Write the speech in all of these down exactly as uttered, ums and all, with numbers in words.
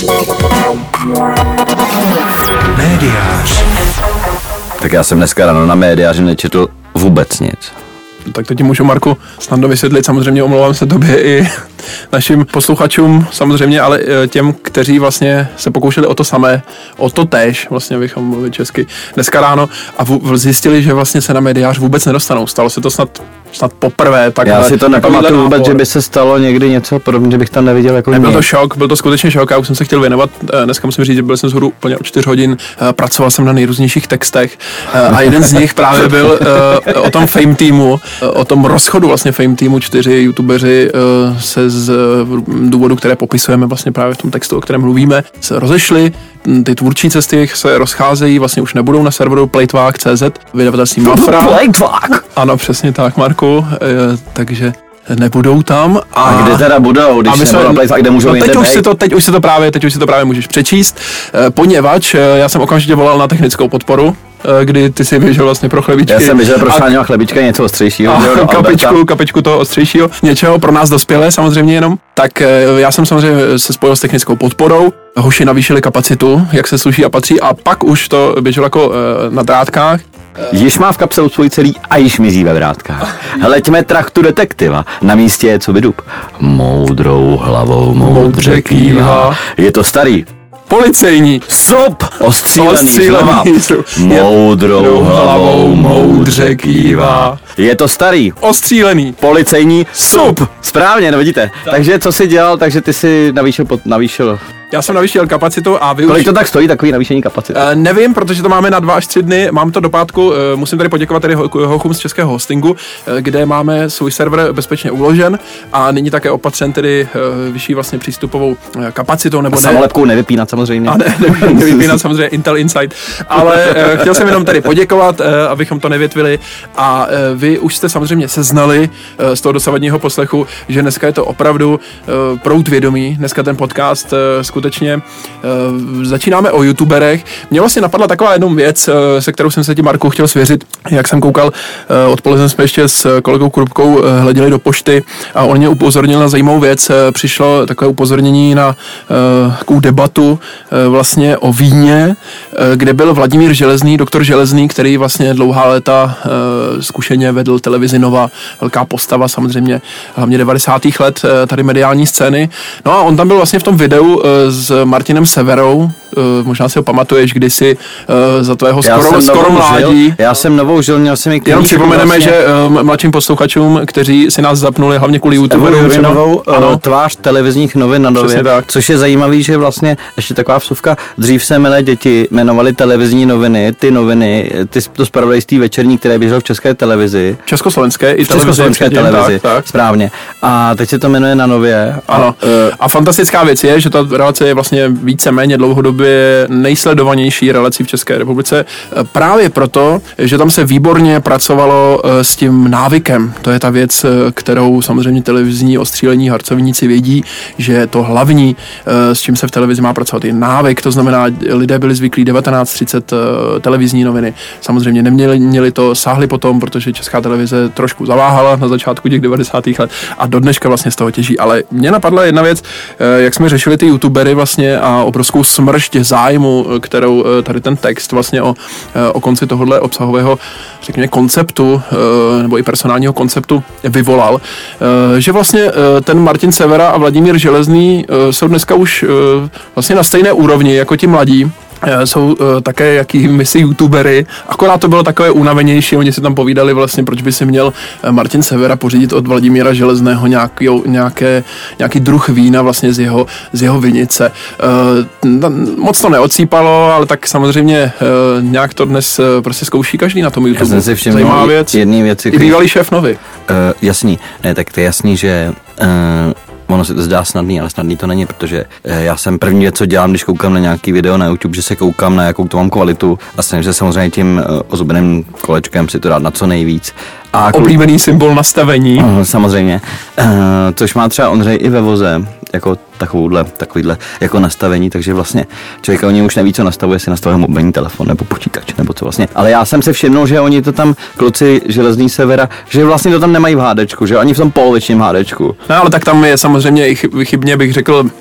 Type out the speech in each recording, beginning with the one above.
Médiář. Tak já jsem dneska ráno na Médiáři nečetl vůbec nic. Tak to ti můžu, Marku, snadno vysvětlit. Samozřejmě omlouvám se tobě i našim posluchačům, samozřejmě, ale těm, kteří vlastně se pokoušeli o to samé, o to též, vlastně bychom mluvili česky, dneska ráno a v, zjistili, že vlastně se na Médiář vůbec nedostanou. Stalo se to snad, snad poprvé. Já si to nepamatuju vůbec, že by se stalo někdy něco podobně, že bych tam neviděl jako Nebyl to šok, byl to skutečně šok, já už jsem se chtěl věnovat. Dneska musím říct, že byl jsem zhruba úplně o čtyři hodin, pracoval jsem na nejrůznějších textech a jeden z nich právě byl o tom Fame týmu, o tom rozchodu vlastně Fame týmu. Čtyři youtubeři se z důvodu, které popisujeme vlastně právě v tom textu, o kterém mluvíme, se rozešli. Ty tvůrčí cesty se rozcházejí, vlastně už nebudou na serveru Plejtvák tečka cé zet, vydavatelství Mafra. Plejtvák! Ano, přesně tak, Marku, takže nebudou tam. A, a kde teda budou, když nebudou na Plejtvák, kde můžou no jinde teď už bejt? si to, teď už si to právě, teď už si to právě můžeš přečíst, poněvadž já jsem okamžitě volal na technickou podporu, kdy ty si běžel vlastně pro chlebičky. Já jsem běžel pro šáňová chlebička, něco ostřejšího. A kapičku, kapičku toho ostřejšího, něčeho pro nás dospělé samozřejmě jenom. Tak já jsem samozřejmě se spojil s technickou podporou, hoši navýšili kapacitu, jak se sluší a patří, a pak už to běželo jako na drátkách. Již má v kapse svůj celý a již mizí ve vrátkách. Hleďme trachtu detektiva, na místě je co by dub. Moudrou hlavou moudře kývá. Je to starý. Policejní. Sop! Ostřílený, Ostřílený moudrou hlavou moudře kývá. Je to starý. Ostřílený. Policejní. Sup! Správně, no vidíte. Takže co jsi dělal, takže ty si navýšil, pod, navýšil. Já jsem navýšil kapacitu a využil. Kolik to tak stojí, takový navýšení kapacity? Uh, nevím, protože to máme na dva až tři dny, mám to do pátku, uh, musím tady poděkovat tady hochům z českého hostingu, uh, kde máme svůj server bezpečně uložen a nyní také opatřen tedy uh, vyšší vlastně přístupovou uh, kapacitou, nebo ne. Samolepkou nevypínat samozřejmě. A ne, ne, nevypínat samozřejmě Intel Insight, ale uh, chtěl jsem jenom tady poděkovat, uh, abychom to nevětvili, a uh, vy už jste samozřejmě seznali uh, z toho dosavadního poslechu, že dneska je to opravdu uh, proud vědomí, dneska ten podcast uh, skutečně uh, začínáme o youtuberech. Mně vlastně napadla taková jednou věc, uh, se kterou jsem se ti, Marku, chtěl svěřit. Jak jsem koukal, uh, odpoledne jsme ještě s kolegou Krupkou uh, hleděli do pošty a on mě upozornil na zajímavou věc. Uh, přišlo takové upozornění na uh, takovou debatu uh, vlastně o víně, uh, kde byl Vladimír Železný, doktor Železný, který vlastně dlouhá léta uh, zkušeně vedl televizi Nova, velká postava samozřejmě, hlavně devadesátých let uh, tady mediální scény. No a on tam byl vlastně v tom videu uh, s Martinem Severou, uh, možná si ho pamatuješ kdysi uh, za tvého skoro, skoro mládí. Žil, já jsem novou žil, měl jsem i Jenom připomeneme, vlastně, že uh, mladším posluchačům, kteří si nás zapnuli hlavně kvůli YouTuberům, novou uh, tvář televizních novin na Nově, což je zajímavý, že vlastně ještě taková vsuvka, dřív se milé děti jmenovali televizní noviny, ty noviny, ty to zpravodajství večerní, které běželo v české televizi. Československé i televizi. Československé televizi, tak, tak. Správně. A teď se to jmenuje Na Nově. Ano. A, uh, a fantastická věc je, že ta relace je vlastně víceméně dlouhodobě nejsledovanější relací v České republice. Právě proto, že tam se výborně pracovalo s tím návykem. To je ta věc, kterou samozřejmě televizní ostřílení harcovníci vědí, že to hlavní, s čím se v televizi má pracovat, je návyk. To znamená, lidé byli zvyklí devatenáct třicet televizní noviny. Samozřejmě neměli měli to, sáhli potom, protože Česká televize trošku zaváhala na začátku těch devadesátých let a do dneška vlastně z toho těží. Ale mě napadla jedna věc, jak jsme řešili ty youtubery vlastně a obrovskou smršť zájmu, kterou tady ten text vlastně o, o konci tohohle obsahového, řekněme, konceptu nebo i personálního konceptu vyvolal, že vlastně ten Martin Severa a Vladimír Železný jsou dneska už vlastně na stejné úrovni jako ti mladí. Jsou uh, také jakými si youtubery, akorát to bylo takové unavenější, oni si tam povídali vlastně, proč by si měl Martin Severa pořídit od Vladimíra Železného nějaký, nějaké, nějaký druh vína vlastně z jeho, z jeho vinice. Uh, moc to neocípalo, ale tak samozřejmě uh, nějak to dnes uh, prostě zkouší každý na tom YouTube. Já jsem si všiml věc, jedný věci. I bývalý šéf Novy. Uh, jasný, ne, tak to je jasný, že uh, ono se to zdá snadný, ale snadný to není, protože já jsem první věc, co dělám, když koukám na nějaký video na YouTube, že se koukám na jakou to mám kvalitu a snažím se samozřejmě tím ozubeným kolečkem si to dát na co nejvíc. A oblíbený symbol nastavení. Uh, samozřejmě. Uh, což má třeba Ondřej i ve voze, jako takovouhle, takovýhle jako nastavení, takže vlastně člověk oni už neví, co nastavuje, si nastavuje mobilní telefon nebo počítač, nebo co vlastně. Ale já jsem se všimnul, že oni to tam, kluci Železný Severa, že vlastně to tam nemají v hádečku, že ani v tom polovičním hádečku. No ale tak tam je samozřejmě i chybně, bych řekl,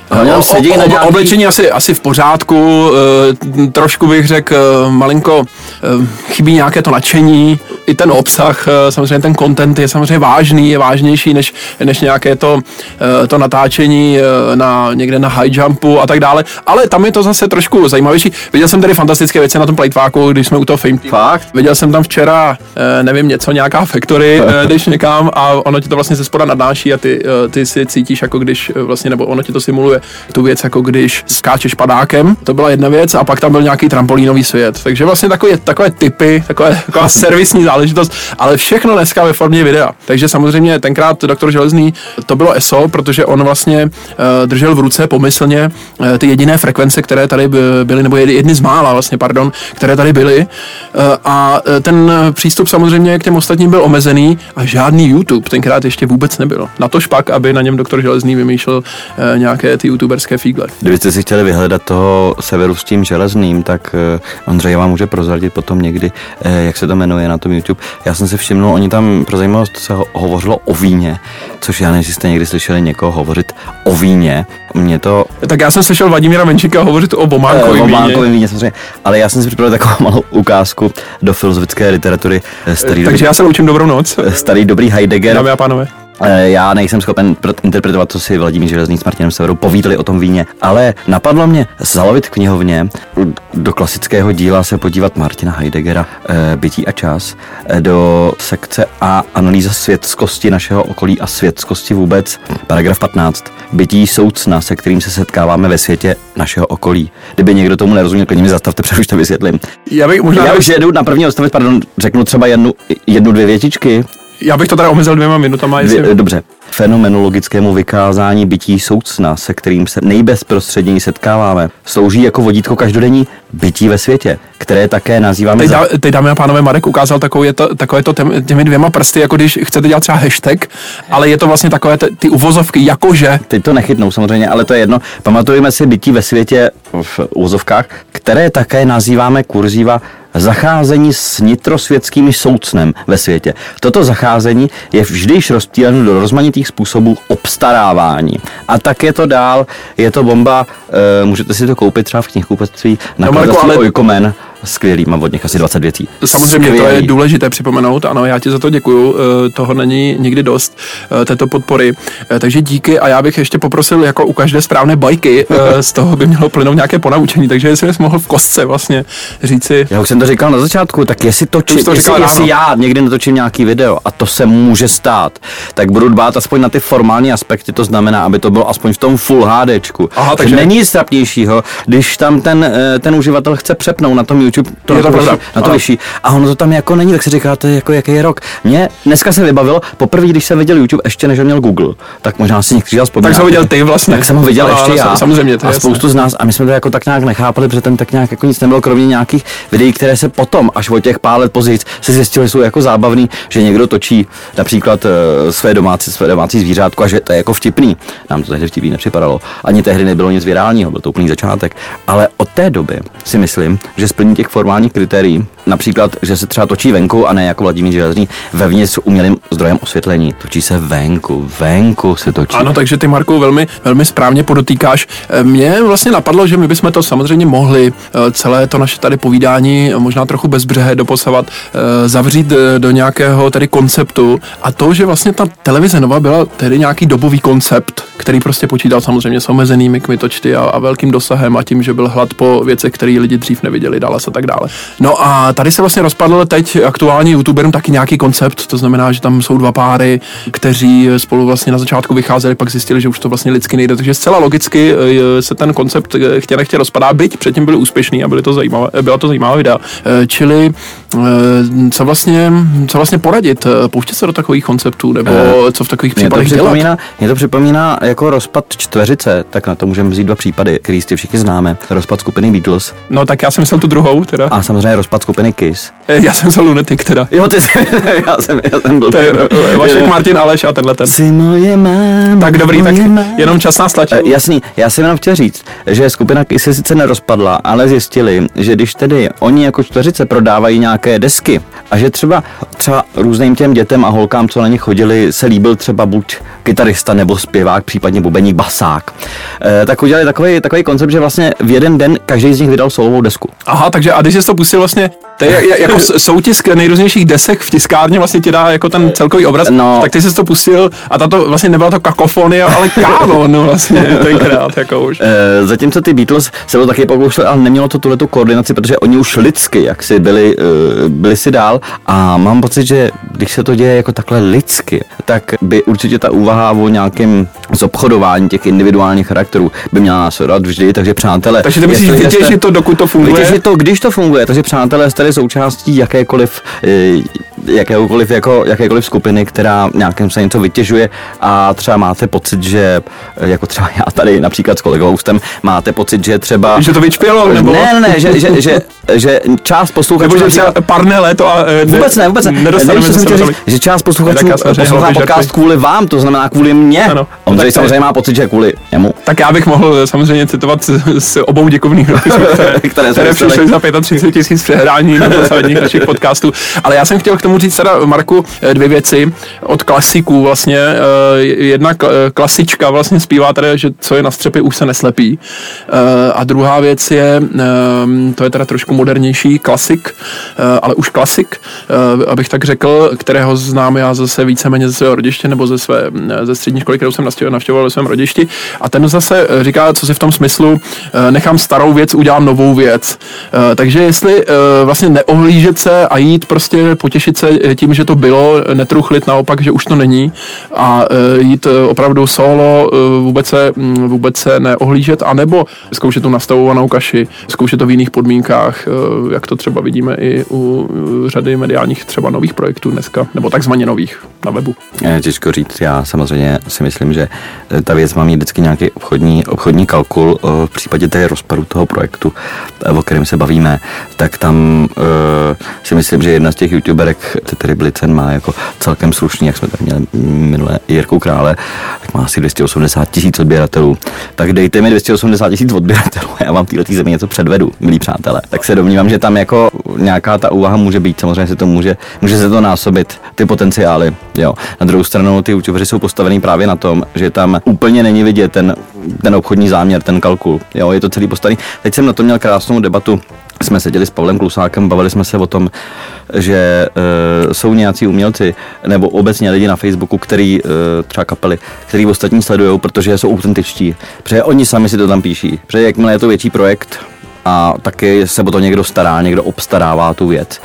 No, sedí o, na o, nějaký... Oblečení asi, asi v pořádku, e, trošku bych řekl e, malinko e, chybí nějaké to nadšení, i ten obsah, e, samozřejmě ten content je samozřejmě vážný, je vážnější než, než nějaké to, e, to natáčení e, na, někde na high jumpu a tak dále, ale tam je to zase trošku zajímavější. Viděl jsem tady fantastické věci na tom plejtváku, když jsme u toho Fame Team. Fakt? Viděl jsem tam včera, e, nevím, něco, nějaká factory, e, jdeš někam a ono ti to vlastně ze spoda nadnáší a ty, e, ty si cítíš jako když vlastně, nebo ono ti to simuluje tu věc, jako když skáčeš padákem, to byla jedna věc a pak tam byl nějaký trampolínový svět. Takže vlastně takové, takové typy, takové, taková servisní záležitost, ale všechno dneska ve formě videa. Takže samozřejmě tenkrát doktor Železný, to bylo E S O, protože on vlastně uh, držel v ruce pomyslně uh, ty jediné frekvence, které tady byly, nebo jedny z mála vlastně, pardon, které tady byly. Uh, a ten přístup samozřejmě k těm ostatním byl omezený a žádný YouTube tenkrát ještě vůbec nebyl. Natož pak, aby na něm doktor Železný vymýšlel uh, nějaké ty youtuberské fígle. Kdybyste si chtěli vyhledat toho Severu s tím Železným, tak uh, Ondřej vám může prozradit potom někdy, uh, jak se to jmenuje na tom YouTube. Já jsem si všimnul, oni tam pro zajímavost se ho- hovořilo o víně, což já nevím, jestli jste někdy slyšeli někoho hovořit o víně. Mě to... Tak já jsem slyšel Vladimíra Menšika hovořit o Bománkovém víně. Bománkovém víně, samozřejmě. Ale já jsem si připravil takovou malou ukázku do filozofické literatury. Starý Takže dobrý, já se loučím dobrou noc. starý dobrý Heidegger. Dámy a pánové. Já nejsem schopen interpretovat, co si Vladimír Železný s Martinem Severou povídali o tom víně, ale napadlo mě zalovit v knihovně do klasického díla se podívat Martina Heideggera Bytí a čas, do sekce A analýza světskosti našeho okolí a světskosti vůbec, paragraf patnáct. Bytí soucna, se kterým se setkáváme ve světě našeho okolí. Kdyby někdo tomu nerozuměl, klidně mi zastavte, přerušte, vysvětlím. Já bych, možná Já už jedu na první odstavec, pardon, řeknu třeba jednu, jednu dvě větičky. Já bych to teda omezil dvěma minutama. Jestli... Dvě, dobře. Fenomenologickému vykázání bytí soucna, se kterým se nejbezprostředněji setkáváme, slouží jako vodítko každodenní bytí ve světě, které také nazýváme... Teď, za... dá, teď dámy a pánové, Marek ukázal takové to, takové to těmi, těmi dvěma prsty, jako když chcete dělat třeba hashtag, ale je to vlastně takové t- ty uvozovky, jakože... Teď to nechytnou samozřejmě, ale to je jedno. Pamatujeme si bytí ve světě v uvozovkách, které také nazýváme kurziva zacházení s nitrosvětskými soucnem ve světě. Toto zacházení je vždyž rozptýleno do rozmanitých způsobů obstarávání. A tak je to dál, je to bomba, e, můžete si to koupit třeba v knihkupectví na no, ale... Oikomen. Skvělý, mám od nich asi dvacet věcí. Samozřejmě Skvělý. To je důležité připomenout, ano, já ti za to děkuju, toho není nikdy dost, této podpory, takže díky a já bych ještě poprosil jako u každé správné bajky, z toho by mělo plynout nějaké ponaučení, takže jestli jsi mohl v kostce vlastně říci... Já už jsem to říkal na začátku, tak jestli točím, to jestli, jestli já někdy natočím nějaký video a to se může stát, tak budu dbát aspoň na ty formální aspekty, to znamená, aby to bylo aspoň v tom full HDčku. Aha, takže není nic trapnějšího, když tam ten, ten uživatel chce přepnout na tom YouTube to je to vyšší, na to vyšší. A ono to tam jako není, tak si říkáte, jako jaký je rok. Mně dneska se vybavilo, poprvé, když jsem viděl YouTube, ještě než měl Google, tak možná si někteří vzpomínáte. Tak jsem ho viděl ty vlastně. Tak jsem ho viděl no, ještě no, já. Samozřejmě, to a je spoustu jasné. z nás, a my jsme to jako tak nějak nechápali, protože tam tak nějak jako nic nebylo, kromě nějakých videí, které se potom, až o těch pár let později, se zjistili, jsou jako zábavný, že někdo točí například uh, své domácí, své domácí zvířátko a že to je jako vtipný. Nám to tehdy vtipný nepřipadalo. Ani tehdy nebylo nic virálního, byl to úplný začátek. Ale od té doby si myslím, že splní těch formálních kritérií, například, že se třeba točí venku a ne jako Vladimír Železný vevnitř s umělým zdrojem osvětlení. Točí se venku, venku se točí. Ano, takže ty, Marku, velmi, velmi správně podotýkáš. Mně vlastně napadlo, že my bychom to samozřejmě mohli celé to naše tady povídání možná trochu bezbřehé doposavat, zavřít do nějakého tedy konceptu a to, že vlastně ta televize Nova byla tedy nějaký dobový koncept, který prostě počítal samozřejmě s omezenými kmitočty a, a velkým dosahem a tím, že byl hlad po věcech, které lidi dřív neviděli, dál a tak dále. No a tady se vlastně rozpadl teď aktuální youtuberům taky nějaký koncept, to znamená, že tam jsou dva páry, kteří spolu vlastně na začátku vycházeli, pak zjistili, že už to vlastně lidsky nejde, takže zcela logicky se ten koncept chtě nechtě rozpadá, byť předtím byli úspěšný a byly to zajímavé, byla to zajímavá videa. Čili co vlastně, co vlastně poradit? Pouštět se do takových konceptů, nebo co v takových případech dělat? Mně to připomíná jako rozpad čtveřice, tak na to můžeme vzít dva případy, který jistě všichni známe. Rozpad skupiny Beatles. No tak já jsem myslel tu druhou teda. A samozřejmě rozpad skupiny Kiss. Já jsem myslel Lunatic teda. Jo, ty jsi, já jsem, já jsem byl. To je Vašek, Martin, Aleš a tenhle ten. Jsi moje máma, tak dobrý, tak máma. Jenom čas nás tlačí. E, jasný, já jsem jenom chtěl říct, že skupina Kiss se sice nerozpadla, ale zjistili, že když tedy oni jako čtveřice prodávají nějaké nějaké desky a že třeba, třeba různým těm dětem a holkám, co na ně chodili, se líbil třeba buď kytarista nebo zpěvák, případně bubeník, basák. E, tak udělali takový, takový koncept, že vlastně v jeden den každý z nich vydal solovou desku. Aha, takže a když jsi to pustil vlastně, to je jako soutisk nejrůznějších desek v tiskárně vlastně ti dá jako ten celkový obraz, no, tak ty jsi to pustil a tato vlastně nebyla to kakofonie, ale kánon vlastně tenkrát jako už. E, zatímco ty Beatles se to taky pokoušeli, ale nemělo to tuhletu koordinaci, protože oni už lidsky, jak si byli, e, byli si dál a mám pocit, že když se to děje jako takhle lidsky, tak by určitě ta úvaha o nějakém zobchodování těch individuálních charakterů by měla následovat vždy, takže přátelé. Takže ty myslíš, vytěžit to, dokud to funguje? Vytěžit to, když to funguje, takže přátelé jste součástí jakékoliv, jakékoliv, jako, jakékoliv skupiny, která nějakým se něco vytěžuje a třeba máte pocit, že jako třeba já tady například s kolegou Houstem, máte pocit, že třeba... Že to vyčpělo, nebo? Ne, ne, ne, že, že, že, že část posluchačů... Nebo že třeba parnele to a... Ne, vůbec ne, vůbec ne. Nedostaneme se říct, že část posluchačů poslouchá podcast kvůli vám, to znamená kvůli mně. Ano. On no, samozřejmě má pocit, že kvůli němu. Tak já bych mohl samozřejmě citovat z, z obou děkovných dopisů, které, které, které přišly za třicet pět tisíc přehrání na posledních našich podcastů. Ale já jsem chtěl k tomu říct teda, Marku, dvě věci od klasiků vlastně. Jedna klasička vlastně zpívá tady, že co je na střepě, už se neslepí. A druhá věc je, to je teda trošku modernější klasik, ale už klasik, abych tak řekl, kterého znám já zase víceméně ze svého rodiště nebo ze své ze střední školy, kterou jsem navštěvoval ve svém rodišti. A ten zase říká, co si v tom smyslu, nechám starou věc, udělám novou věc. Takže jestli vlastně neohlížet se a jít prostě potěšit se tím, že to bylo, netruchlit naopak, že už to není a jít opravdu solo, vůbec se, vůbec se neohlížet, anebo zkoušet tu nastavovanou kaši, zkoušet to v jiných podmínkách, jak to třeba vidíme i u řady mediálních třeba nových projektů dneska, nebo takzvaně nových na webu. Těžko říct, já samozřejmě si myslím, že ta věc má mít vždycky nějaký obchodní, obchodní kalkul. V případě té rozpadu toho projektu, o kterém se bavíme, tak tam uh, si myslím, že jedna z těch youtuberek, tedy Blicen, má jako celkem slušný, jak jsme tady měli minule Jirku Krále, tak má asi dvě stě osmdesát tisíc odběratelů. Tak dejte mi dvě stě osmdesát tisíc odběratelů a já vám v této zemi něco předvedu, milí přátelé. Tak se domnívám, že tam jako nějaká ta úvaha může být, samozřejmě se to může, může se to násobit, ty potenciály. Jo. Na druhou stranu ty youtuberi jsou postavený právě na tom, že tam úplně není vidět ten, ten obchodní záměr, ten kalkul. Jo, je to celý postavený. Teď jsem na to měl krásnou debatu. Jsme seděli s Pavlem Klusákem, bavili jsme se o tom, že e, jsou nějací umělci nebo obecně lidi na Facebooku, který, e, třeba kapely, který ostatní sledujou, protože jsou autentičtí. Protože oni sami si to tam píší. Protože jakmile je to větší projekt a taky se o to někdo stará, někdo obstarává tu věc.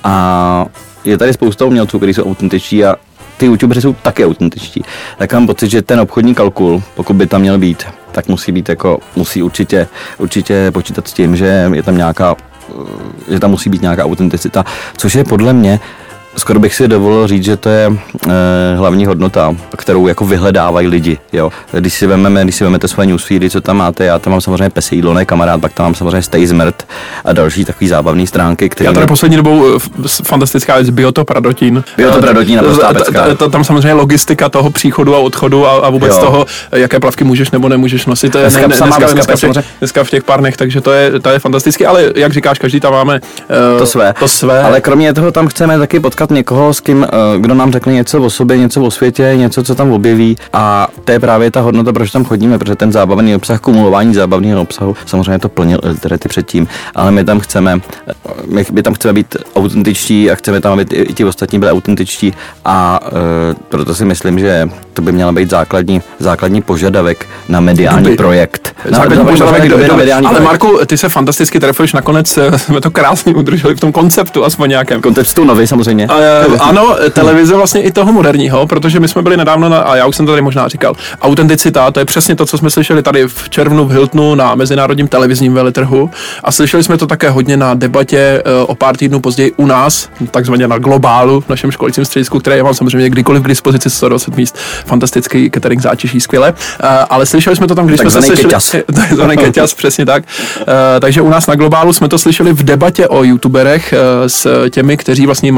A je tady spousta umělců, kteří jsou autentičtí a ty youtuberi jsou taky autentičtí. Tak mám pocit, že ten obchodní kalkul, pokud by tam měl být, tak musí být jako, musí určitě, určitě počítat s tím, že je tam nějaká, že tam musí být nějaká autenticita, což je podle mě, skoro bych si dovolil říct, že to je e, hlavní hodnota, kterou jako vyhledávají lidi, jo. Když si vememe, když si vemete svoje newsfeedy, co tam máte, já tam mám samozřejmě Pesí jídlo, ne kamarád, pak tam mám samozřejmě Stay Zmrt a další takový zábavné stránky, které... Já tady poslední dobou fantastická věc, Biotop Radotín. Biotop Radotín, naprostá pecka. Tam samozřejmě logistika toho příchodu a odchodu a, a vůbec jo. toho, jaké plavky můžeš nebo nemůžeš nosit. To je dneska, ne, dneska, dneska, dneska, v těch, dneska v těch pár dnech, takže to je, to je fantastické, ale jak říkáš, každý tam máme uh, to své. to své. Ale kromě toho tam chceme taky potkat někoho, s kým, kdo nám řekne něco o sobě, něco o světě, něco, co tam objeví a to je právě ta hodnota, proč tam chodíme, protože ten zábavný obsah, kumulování zábavného obsahu, samozřejmě to plnil Elterety předtím, ale my tam chceme, my, my tam chceme být autentičtí a chceme tam, aby i ti ostatní byli autentičtí a e, proto si myslím, že to by měla být základní, základní požadavek na mediální doby. projekt. Základní požadavek doby, doby. Ale projekt. Marku, ty se fantasticky trefuješ, nakonec jsme to krásně udrželi v tom konceptu, aspoň nějakém. Konceptu nový samozřejmě. A, ano, televize vlastně i toho moderního, protože my jsme byli nedávno, na, a já už jsem to tady možná říkal, autenticita, to je přesně to, co jsme slyšeli tady v červnu v Hiltonu na mezinárodním televizním veletrhu a slyšeli jsme to také hodně na debatě o pár týdnů později u nás, takzvaně na Globálu, v našem školicím středisku, které já mám samozřejmě kdykoliv k dispozici sto dvacet míst, fantastický catering záčiší, skvěle, ale slyšeli jsme to tam, když tak jsme se slyšeli, takzvaný keťas, přesně tak, takže u nás na Globálu jsme to slyšeli v debatě o youtuberech s těmi, kteří vlastně marketingově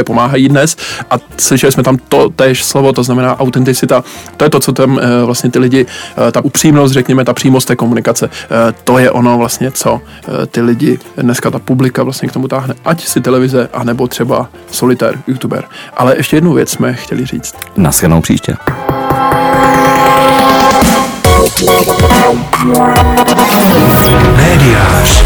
pomáhají dnes a slyšeli jsme tam to též slovo, to znamená autenticita. To je to, co tam vlastně ty lidi, ta upřímnost, řekněme, ta přímost té komunikace, to je ono vlastně, co ty lidi, dneska ta publika vlastně k tomu táhne. Ať si televize, anebo třeba solitér, youtuber. Ale ještě jednu věc jsme chtěli říct. Naschledanou příště. Médiář.